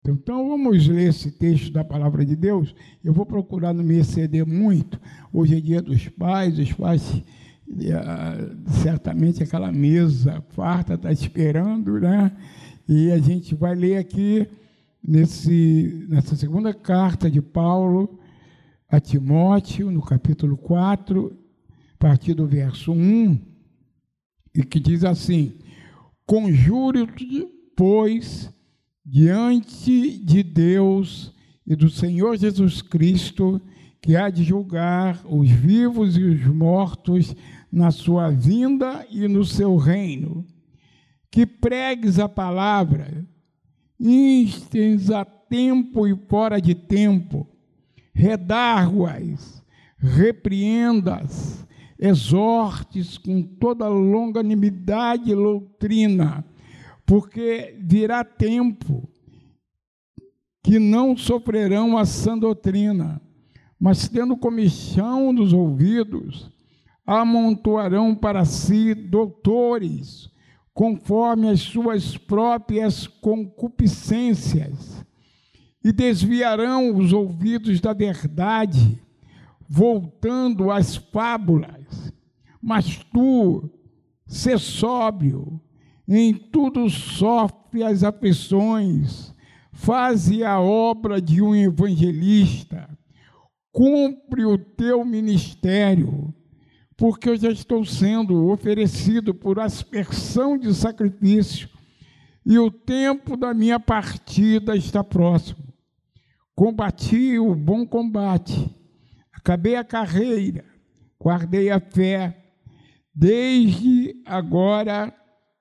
Então, vamos ler esse texto da Palavra de Deus. Eu vou procurar não me exceder muito. Hoje é dia dos pais, os pais, certamente aquela mesa farta está esperando, né? E a gente vai ler aqui, nessa segunda carta de Paulo a Timóteo, no capítulo 4, a partir do verso 1, e que diz assim: conjuro-te, pois, diante de Deus e do Senhor Jesus Cristo, que há de julgar os vivos e os mortos na sua vinda e no seu reino, que pregues a palavra, instes a tempo e fora de tempo, redargue-as, repreendas, exortes com toda longanimidade e doutrina, porque virá tempo que não sofrerão a sã doutrina, mas tendo comichão nos ouvidos, amontoarão para si doutores, conforme as suas próprias concupiscências, e desviarão os ouvidos da verdade, voltando às fábulas. Mas tu, sê sóbrio, em tudo sofre as aflições, faze a obra de um evangelista, cumpre o teu ministério, porque eu já estou sendo oferecido por aspersão de sacrifício, e o tempo da minha partida está próximo. Combati o bom combate, acabei a carreira, guardei a fé. Desde agora,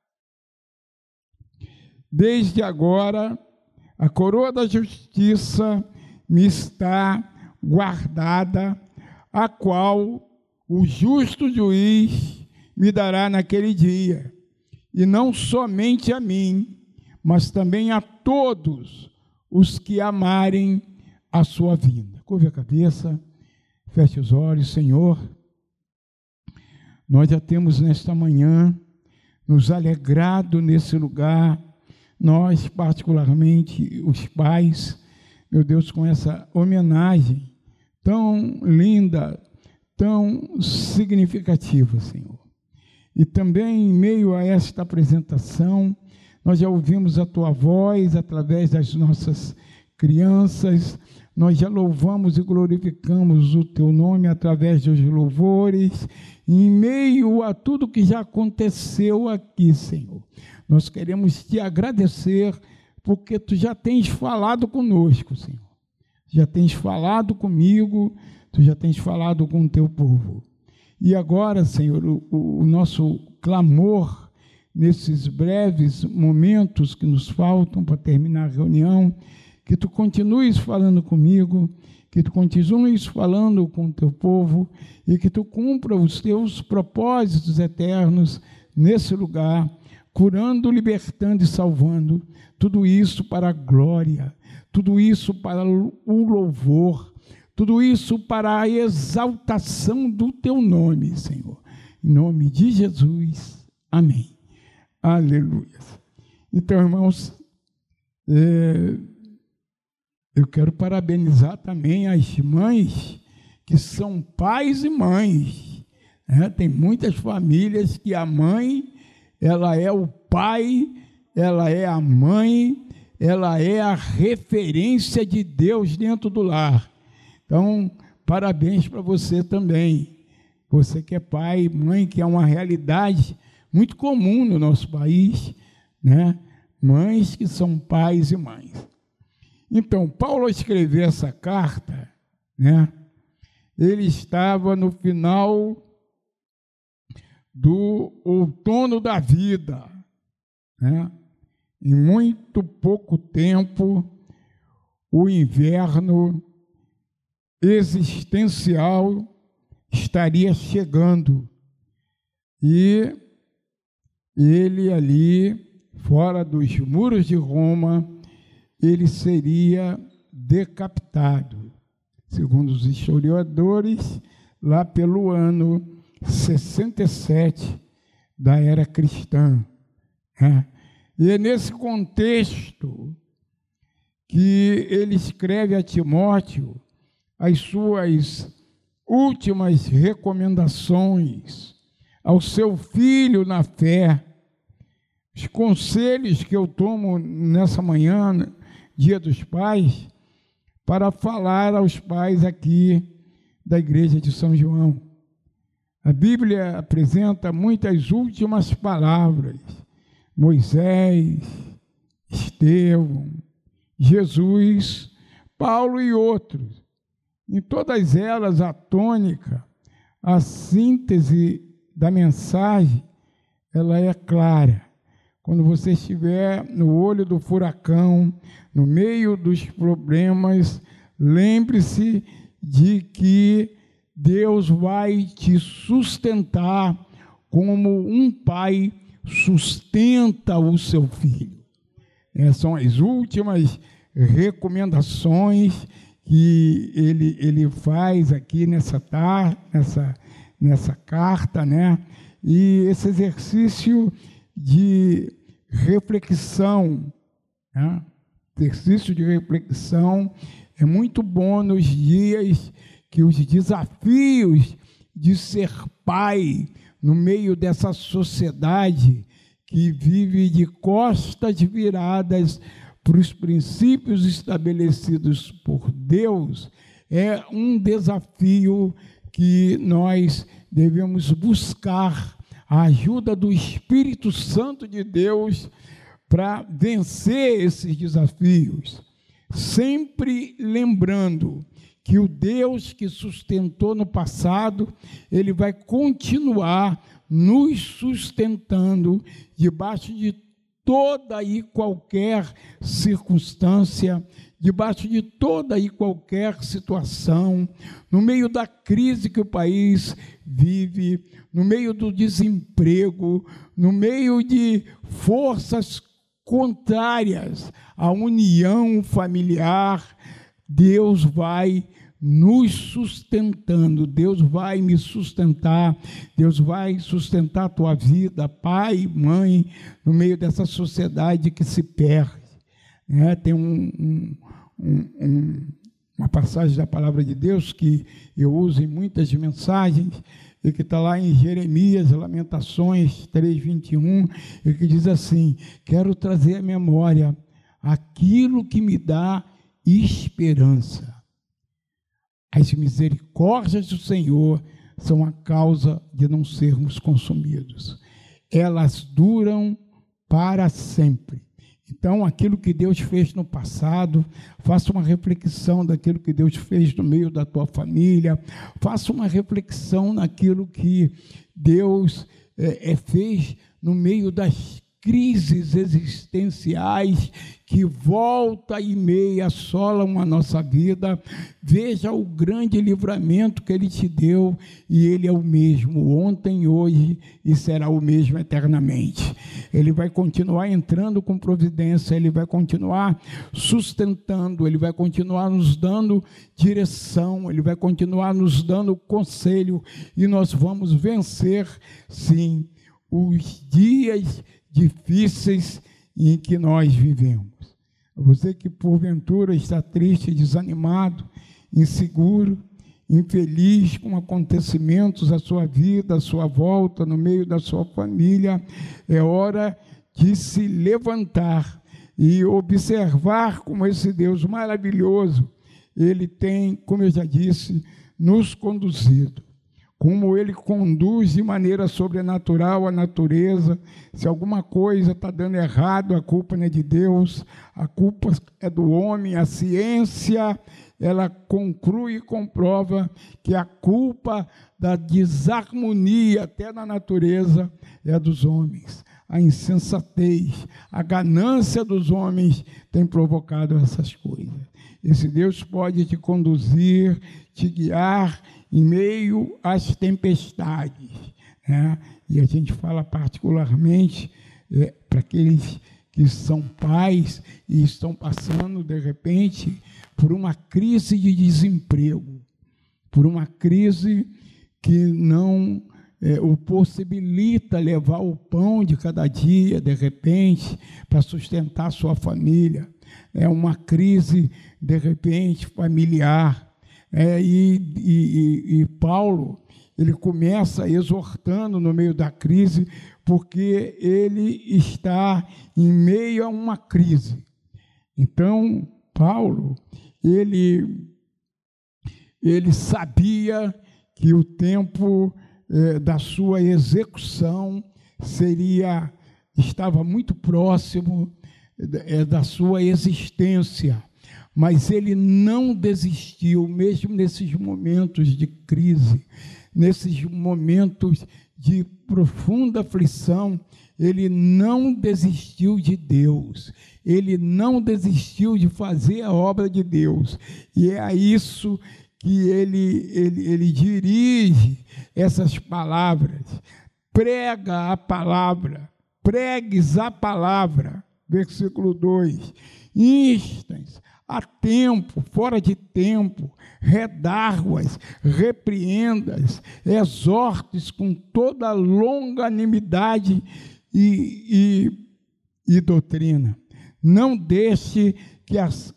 a coroa da justiça me está guardada, a qual o justo juiz me dará naquele dia, e não somente a mim, mas também a todos os que amarem a sua vinda. Curve a cabeça, feche os olhos. Senhor, nós já temos nesta manhã nos alegrado nesse lugar, nós particularmente os pais, meu Deus, com essa homenagem tão linda, tão significativa, Senhor. E também em meio a esta apresentação, nós já ouvimos a Tua voz através das nossas crianças, nós já louvamos e glorificamos o Teu nome através dos louvores, e em meio a tudo que já aconteceu aqui, Senhor, nós queremos Te agradecer, porque Tu já tens falado conosco, Senhor, já tens falado comigo, Tu já tens falado com o Teu povo. E agora, Senhor, o nosso clamor, nesses breves momentos que nos faltam para terminar a reunião, que Tu continues falando comigo, que Tu continues falando com o Teu povo e que Tu cumpra os Teus propósitos eternos nesse lugar, curando, libertando e salvando, tudo isso para a glória, tudo isso para o louvor, tudo isso para a exaltação do Teu nome, Senhor. Em nome de Jesus, amém. Aleluia. Então, irmãos, eu quero parabenizar também as mães que são pais e mães. Tem muitas famílias que a mãe, ela é o pai, ela é a mãe, ela é a referência de Deus dentro do lar. Então, parabéns para você também. Você que é pai, mãe, que é uma realidade muito comum no nosso país, né? Mães que são pais e mães. Então, Paulo escreveu essa carta, né? Ele estava no final do outono da vida, né? Em muito pouco tempo, o inverno existencial estaria chegando, e ele ali, fora dos muros de Roma, ele seria decapitado, segundo os historiadores, lá pelo ano 67 da era cristã. E é nesse contexto que ele escreve a Timóteo as suas últimas recomendações ao seu filho na fé. Os conselhos que eu tomo nessa manhã, Dia dos Pais, para falar aos pais aqui da Igreja de São João. A Bíblia apresenta muitas últimas palavras. Moisés, Estevão, Jesus, Paulo e outros. Em todas elas, a tônica, a síntese da mensagem, ela é clara. Quando você estiver no olho do furacão, no meio dos problemas, lembre-se de que Deus vai te sustentar como um pai sustenta o seu filho. São as últimas recomendações que ele faz aqui nessa carta, né? E esse exercício de reflexão, né? Exercício de reflexão é muito bom nos dias que os desafios de ser pai no meio dessa sociedade que vive de costas viradas para os princípios estabelecidos por Deus, é um desafio que nós devemos buscar a ajuda do Espírito Santo de Deus para vencer esses desafios, sempre lembrando que o Deus que sustentou no passado, ele vai continuar nos sustentando debaixo de toda e qualquer circunstância, debaixo de toda e qualquer situação, no meio da crise que o país vive, no meio do desemprego, no meio de forças contrárias à união familiar, Deus vai nos sustentando, Deus vai me sustentar, Deus vai sustentar a tua vida, pai, mãe, no meio dessa sociedade que se perde. Tem uma passagem da Palavra de Deus que eu uso em muitas mensagens, e que está lá em Jeremias, Lamentações 3:21, e que diz assim: quero trazer à memória aquilo que me dá esperança. As misericórdias do Senhor são a causa de não sermos consumidos. Elas duram para sempre. Então, aquilo que Deus fez no passado, faça uma reflexão daquilo que Deus fez no meio da tua família, faça uma reflexão naquilo que Deus fez no meio das crises existenciais que volta e meia assolam a nossa vida. Veja o grande livramento que Ele te deu, e Ele é o mesmo ontem, hoje e será o mesmo eternamente. Ele vai continuar entrando com providência, Ele vai continuar sustentando, Ele vai continuar nos dando direção, Ele vai continuar nos dando conselho, e nós vamos vencer, sim, os dias difíceis em que nós vivemos. Você que porventura está triste, desanimado, inseguro, infeliz com acontecimentos à sua vida, à sua volta, no meio da sua família, é hora de se levantar e observar como esse Deus maravilhoso, Ele tem, como eu já disse, nos conduzido. Como Ele conduz de maneira sobrenatural a natureza. Se alguma coisa está dando errado, a culpa não é de Deus, a culpa é do homem. A ciência, ela conclui e comprova que a culpa da desarmonia até na natureza é dos homens. A insensatez, a ganância dos homens tem provocado essas coisas. Esse Deus pode te conduzir, te guiar em meio às tempestades, né? E a gente fala particularmente para aqueles que são pais e estão passando, de repente, por uma crise de desemprego, por uma crise que não o possibilita levar o pão de cada dia, de repente, para sustentar sua família. é uma crise, de repente, familiar. E Paulo, ele começa exortando no meio da crise, porque ele está em meio a uma crise. Então, Paulo, ele sabia que o tempo da sua execução estava muito próximo da sua existência, mas ele não desistiu, mesmo nesses momentos de crise, nesses momentos de profunda aflição. Ele não desistiu de Deus, ele não desistiu de fazer a obra de Deus, e é a isso que ele dirige essas palavras. Prega a palavra, pregues a palavra, versículo 2, instas a tempo, fora de tempo, redarguas, repreendas, exortes com toda longanimidade e doutrina. Não deixe que as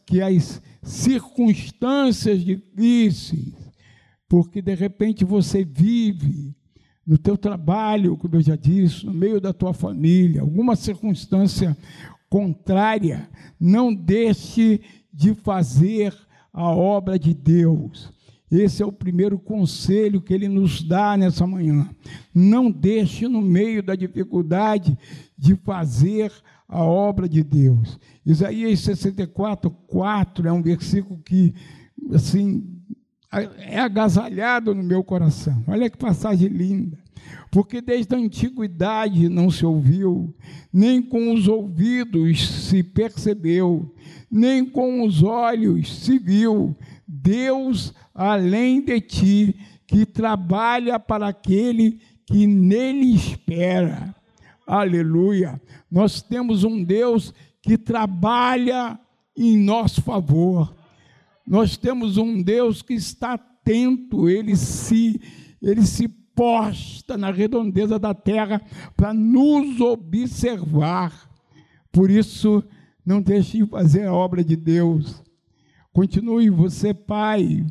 circunstâncias difíceis, porque de repente você vive no teu trabalho, como eu já disse, no meio da tua família, alguma circunstância contrária, não deixe de fazer a obra de Deus. Esse é o primeiro conselho que ele nos dá nessa manhã. Não deixe no meio da dificuldade de fazer a obra de Deus. Isaías 64:4 é um versículo que, assim, é agasalhado no meu coração. Olha que passagem linda. Porque desde a antiguidade não se ouviu, nem com os ouvidos se percebeu, nem com os olhos se viu, Deus além de ti, que trabalha para aquele que nele espera. Aleluia! Nós temos um Deus que trabalha em nosso favor. Nós temos um Deus que está atento, ele se posta na redondeza da terra para nos observar. Por isso, não deixe de fazer a obra de Deus. Continue, você pai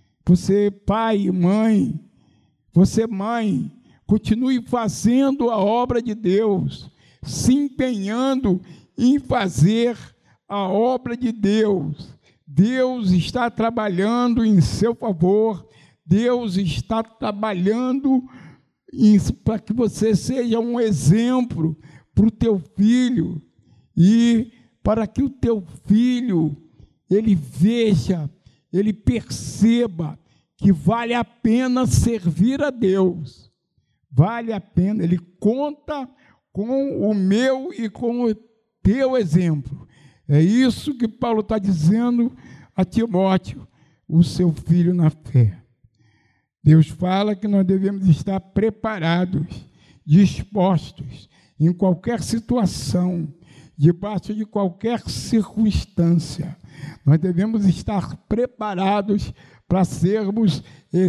e mãe, você mãe, continue fazendo a obra de Deus, se empenhando em fazer a obra de Deus. Deus está trabalhando em seu favor, Deus está trabalhando para que você seja um exemplo para o teu filho, e para que o teu filho, ele veja, ele perceba que vale a pena servir a Deus, vale a pena, ele conta com o meu e com o teu exemplo. É isso que Paulo está dizendo a Timóteo, o seu filho na fé. Deus fala que nós devemos estar preparados, dispostos, em qualquer situação, debaixo de qualquer circunstância. Nós devemos estar preparados para sermos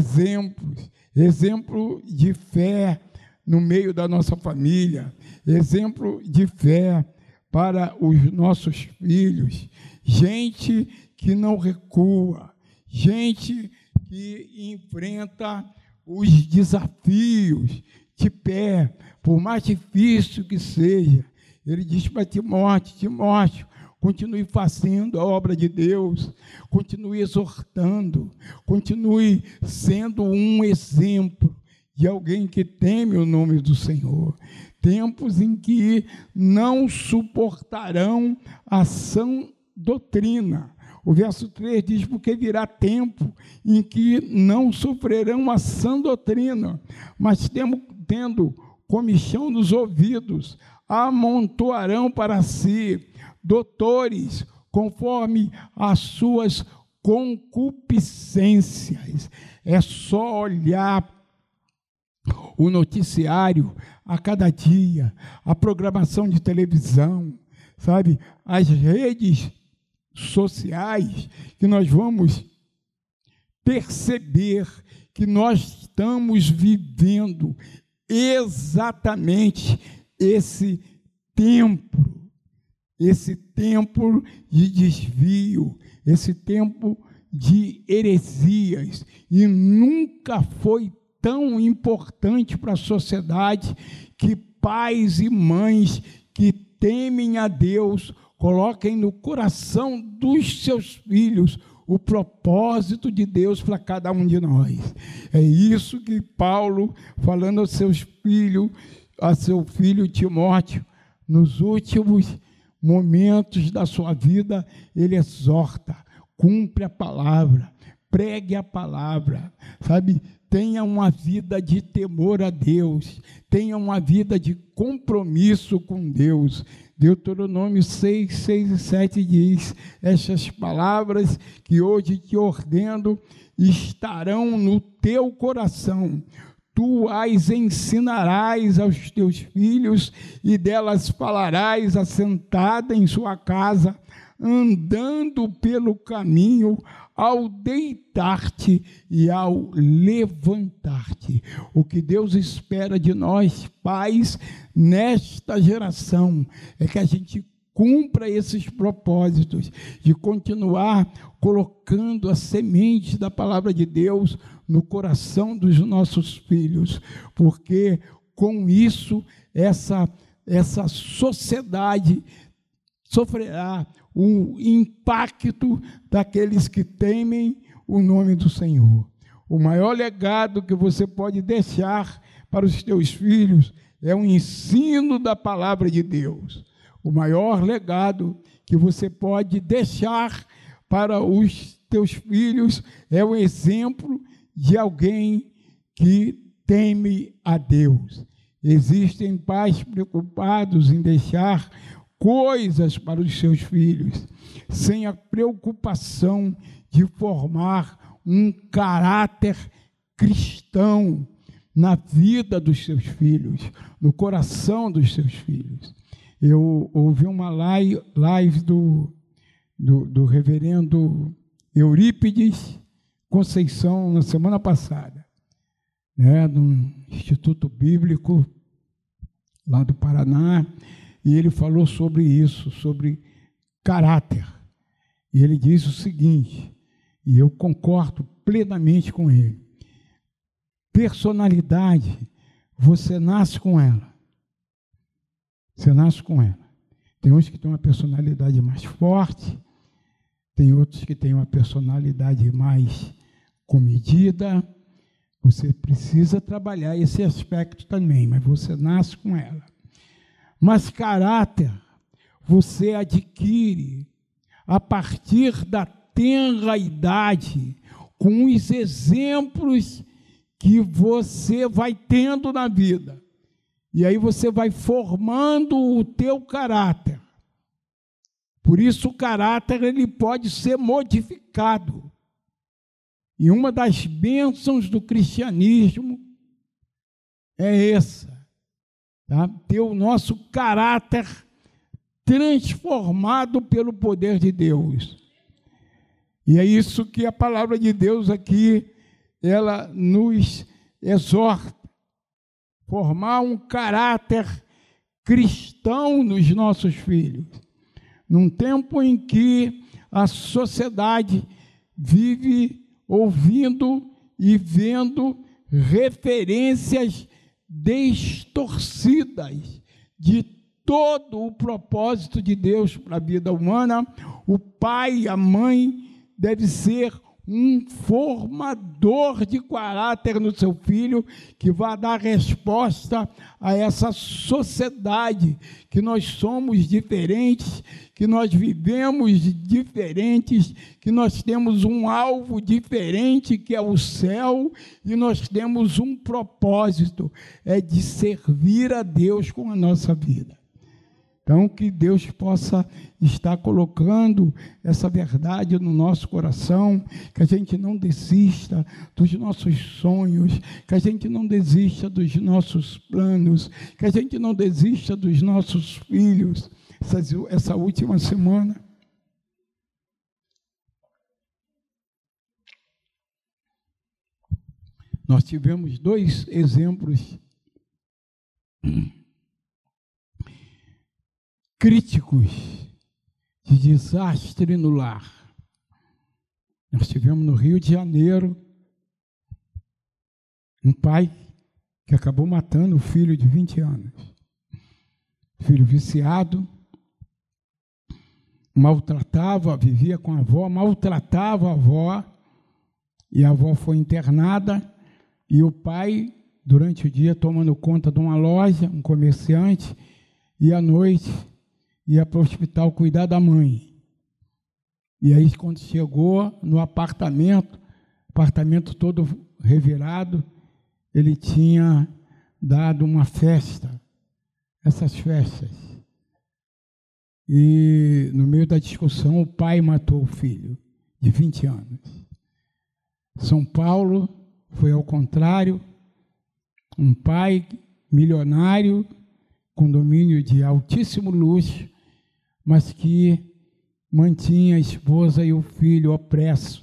exemplo de fé no meio da nossa família, exemplo de fé para os nossos filhos, gente que não recua, gente que enfrenta os desafios de pé, por mais difícil que seja. Ele diz para Timóteo, continue fazendo a obra de Deus, continue exortando, continue sendo um exemplo de alguém que teme o nome do Senhor. Tempos em que não suportarão a sã doutrina. O verso 3 diz, porque virá tempo em que não sofrerão a sã doutrina, mas tendo comichão nos ouvidos, amontoarão para si doutores, conforme as suas concupiscências. É só olhar o noticiário a cada dia, a programação de televisão, sabe, as redes sociais, que nós vamos perceber que nós estamos vivendo exatamente esse tempo esse tempo de desvio, esse tempo de heresias, e nunca foi tão importante para a sociedade que pais e mães que temem a Deus coloquem no coração dos seus filhos o propósito de Deus para cada um de nós. É isso que Paulo, falando aos seus filhos, a seu filho Timóteo, nos últimos momentos da sua vida, ele exorta: cumpre a palavra, pregue a palavra, sabe? Tenha uma vida de temor a Deus, tenha uma vida de compromisso com Deus. Deuteronômio 6, 6 e 7 diz: estas palavras que hoje te ordeno estarão no teu coração, tu as ensinarás aos teus filhos, e delas falarás assentada em sua casa, andando pelo caminho, ao deitar-te e ao levantar-te. O que Deus espera de nós, pais, nesta geração, é que a gente cumpra esses propósitos, de continuar colocando a semente da palavra de Deus no coração dos nossos filhos, porque com isso essa sociedade sofrerá o impacto daqueles que temem o nome do Senhor. O maior legado que você pode deixar para os teus filhos é o ensino da palavra de Deus. O maior legado que você pode deixar para os teus filhos é o exemplo de alguém que teme a Deus. Existem pais preocupados em deixar coisas para os seus filhos, sem a preocupação de formar um caráter cristão na vida dos seus filhos, no coração dos seus filhos. Eu ouvi uma live do reverendo Eurípides Conceição na semana passada, no Instituto Bíblico lá do Paraná, e ele falou sobre isso, sobre caráter. E ele diz o seguinte, e eu concordo plenamente com ele: personalidade, você nasce com ela. Você nasce com ela. Tem uns que têm uma personalidade mais forte, tem outros que têm uma personalidade mais comedida. Você precisa trabalhar esse aspecto também, mas você nasce com ela. Mas caráter você adquire a partir da tenra idade, com os exemplos que você vai tendo na vida. E aí você vai formando o teu caráter. Por isso o caráter ele pode ser modificado. E uma das bênçãos do cristianismo é essa. Ter o nosso caráter transformado pelo poder de Deus. E é isso que a palavra de Deus aqui, ela nos exorta, formar um caráter cristão nos nossos filhos. Num tempo em que a sociedade vive ouvindo e vendo referências distorcidas de todo o propósito de Deus para a vida humana, o pai e a mãe deve ser um formador de caráter no seu filho, que vai dar resposta a essa sociedade, que nós somos diferentes, que nós vivemos diferentes, que nós temos um alvo diferente, que é o céu, e nós temos um propósito, é de servir a Deus com a nossa vida. Então, que Deus possa estar colocando essa verdade no nosso coração, que a gente não desista dos nossos sonhos, que a gente não desista dos nossos planos, que a gente não desista dos nossos filhos. Essa última semana, nós tivemos 2 exemplos críticos de desastre no lar. Nós tivemos no Rio de Janeiro um pai que acabou matando o filho de 20 anos. Filho viciado, maltratava, vivia com a avó, maltratava a avó, e a avó foi internada, e o pai, durante o dia, tomando conta de uma loja, um comerciante, e à noite ia para o hospital cuidar da mãe. E aí, quando chegou no apartamento todo revirado, ele tinha dado uma festa, essas festas. E, no meio da discussão, o pai matou o filho, de 20 anos. São Paulo foi ao contrário, um pai milionário, com domínio de altíssimo luxo, mas que mantinha a esposa e o filho opressos.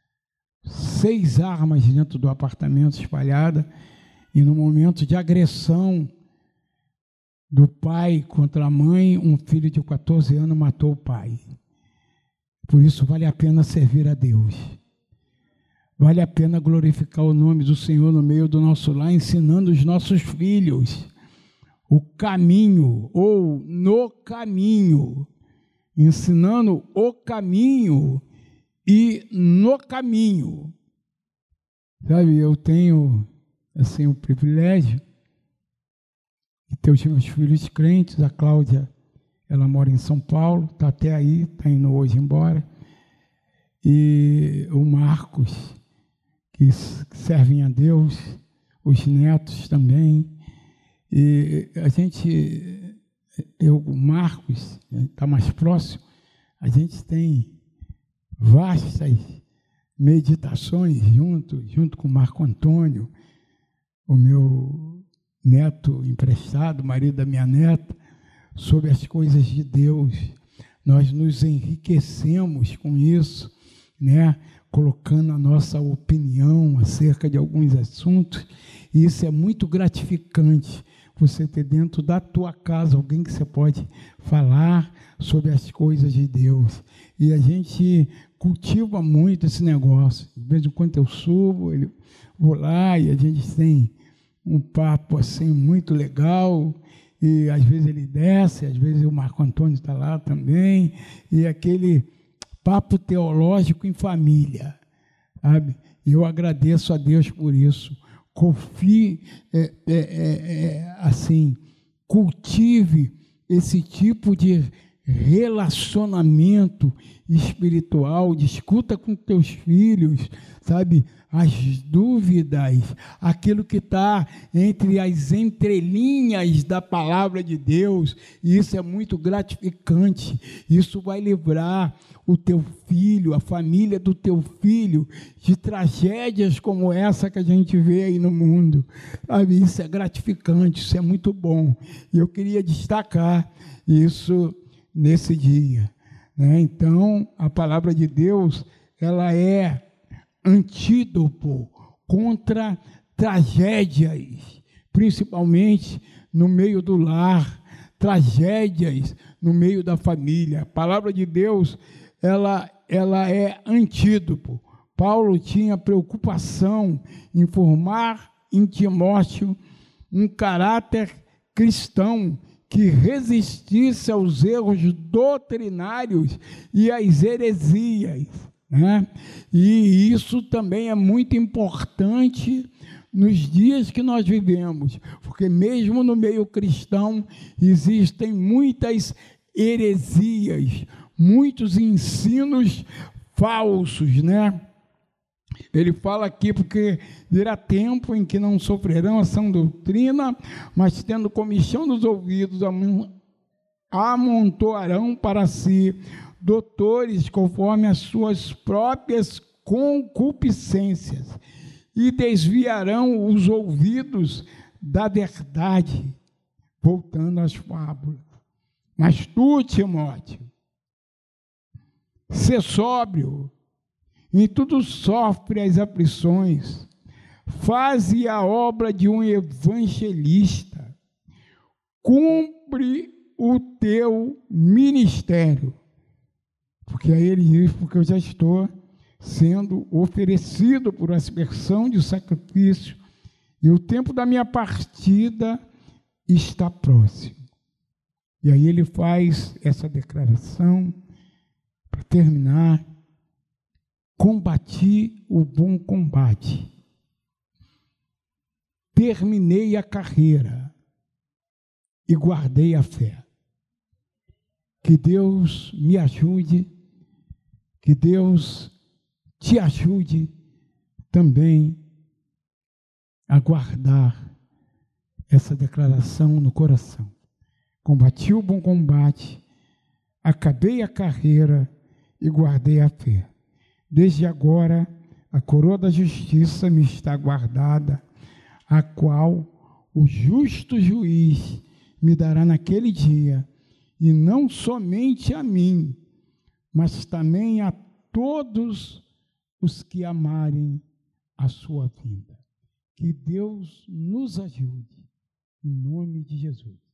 6 armas dentro do apartamento espalhadas, e no momento de agressão do pai contra a mãe, um filho de 14 anos matou o pai. Por isso vale a pena servir a Deus. Vale a pena glorificar o nome do Senhor no meio do nosso lar, ensinando os nossos filhos o caminho, ou no caminho, ensinando o caminho e no caminho. Sabe, eu tenho, assim, o privilégio de ter os meus filhos crentes. A Cláudia, ela mora em São Paulo, está até aí, está indo hoje embora. E o Marcos, que servem a Deus, os netos também. E a gente, o Marcos, está mais próximo, a gente tem vastas meditações junto com o Marco Antônio, o meu neto emprestado, marido da minha neta, sobre as coisas de Deus. Nós nos enriquecemos com isso, né? Colocando a nossa opinião acerca de alguns assuntos, e isso é muito gratificante, você ter dentro da tua casa alguém que você pode falar sobre as coisas de Deus. E a gente cultiva muito esse negócio. De vez em quando eu subo, vou lá e a gente tem um papo assim muito legal, e às vezes ele desce, às vezes o Marco Antônio está lá também, e aquele papo teológico em família, sabe? E eu agradeço a Deus por isso. Confie, assim, cultive esse tipo de relacionamento espiritual, discuta com teus filhos, sabe, as dúvidas, aquilo que está entre as entrelinhas da palavra de Deus, e isso é muito gratificante. Isso vai livrar o teu filho, a família do teu filho, de tragédias como essa que a gente vê aí no mundo, sabe? Isso é gratificante, isso é muito bom, e eu queria destacar isso nesse dia, né? Então, a palavra de Deus, ela é antídoto contra tragédias, principalmente no meio do lar, tragédias no meio da família. A palavra de Deus, ela é antídoto. Paulo tinha preocupação em formar em Timóteo um caráter cristão que resistisse aos erros doutrinários e às heresias, né? E isso também é muito importante nos dias que nós vivemos, porque mesmo no meio cristão existem muitas heresias, muitos ensinos falsos, né? Ele fala aqui, porque virá tempo em que não sofrerão a sã doutrina, mas tendo comichão nos ouvidos, amontoarão para si doutores conforme as suas próprias concupiscências, e desviarão os ouvidos da verdade, voltando às fábulas. Mas tu, Timóteo, sê sóbrio, em tudo sofre as aflições, faze a obra de um evangelista, cumpre o teu ministério. Porque aí ele diz, porque eu já estou sendo oferecido por aspersão de sacrifício, e o tempo da minha partida está próximo. E aí ele faz essa declaração, para terminar: combati o bom combate, terminei a carreira e guardei a fé. Que Deus me ajude, que Deus te ajude também a guardar essa declaração no coração. Combati o bom combate, acabei a carreira e guardei a fé. Desde agora, a coroa da justiça me está guardada, a qual o justo juiz me dará naquele dia, e não somente a mim, mas também a todos os que amarem a sua vinda. Que Deus nos ajude, em nome de Jesus.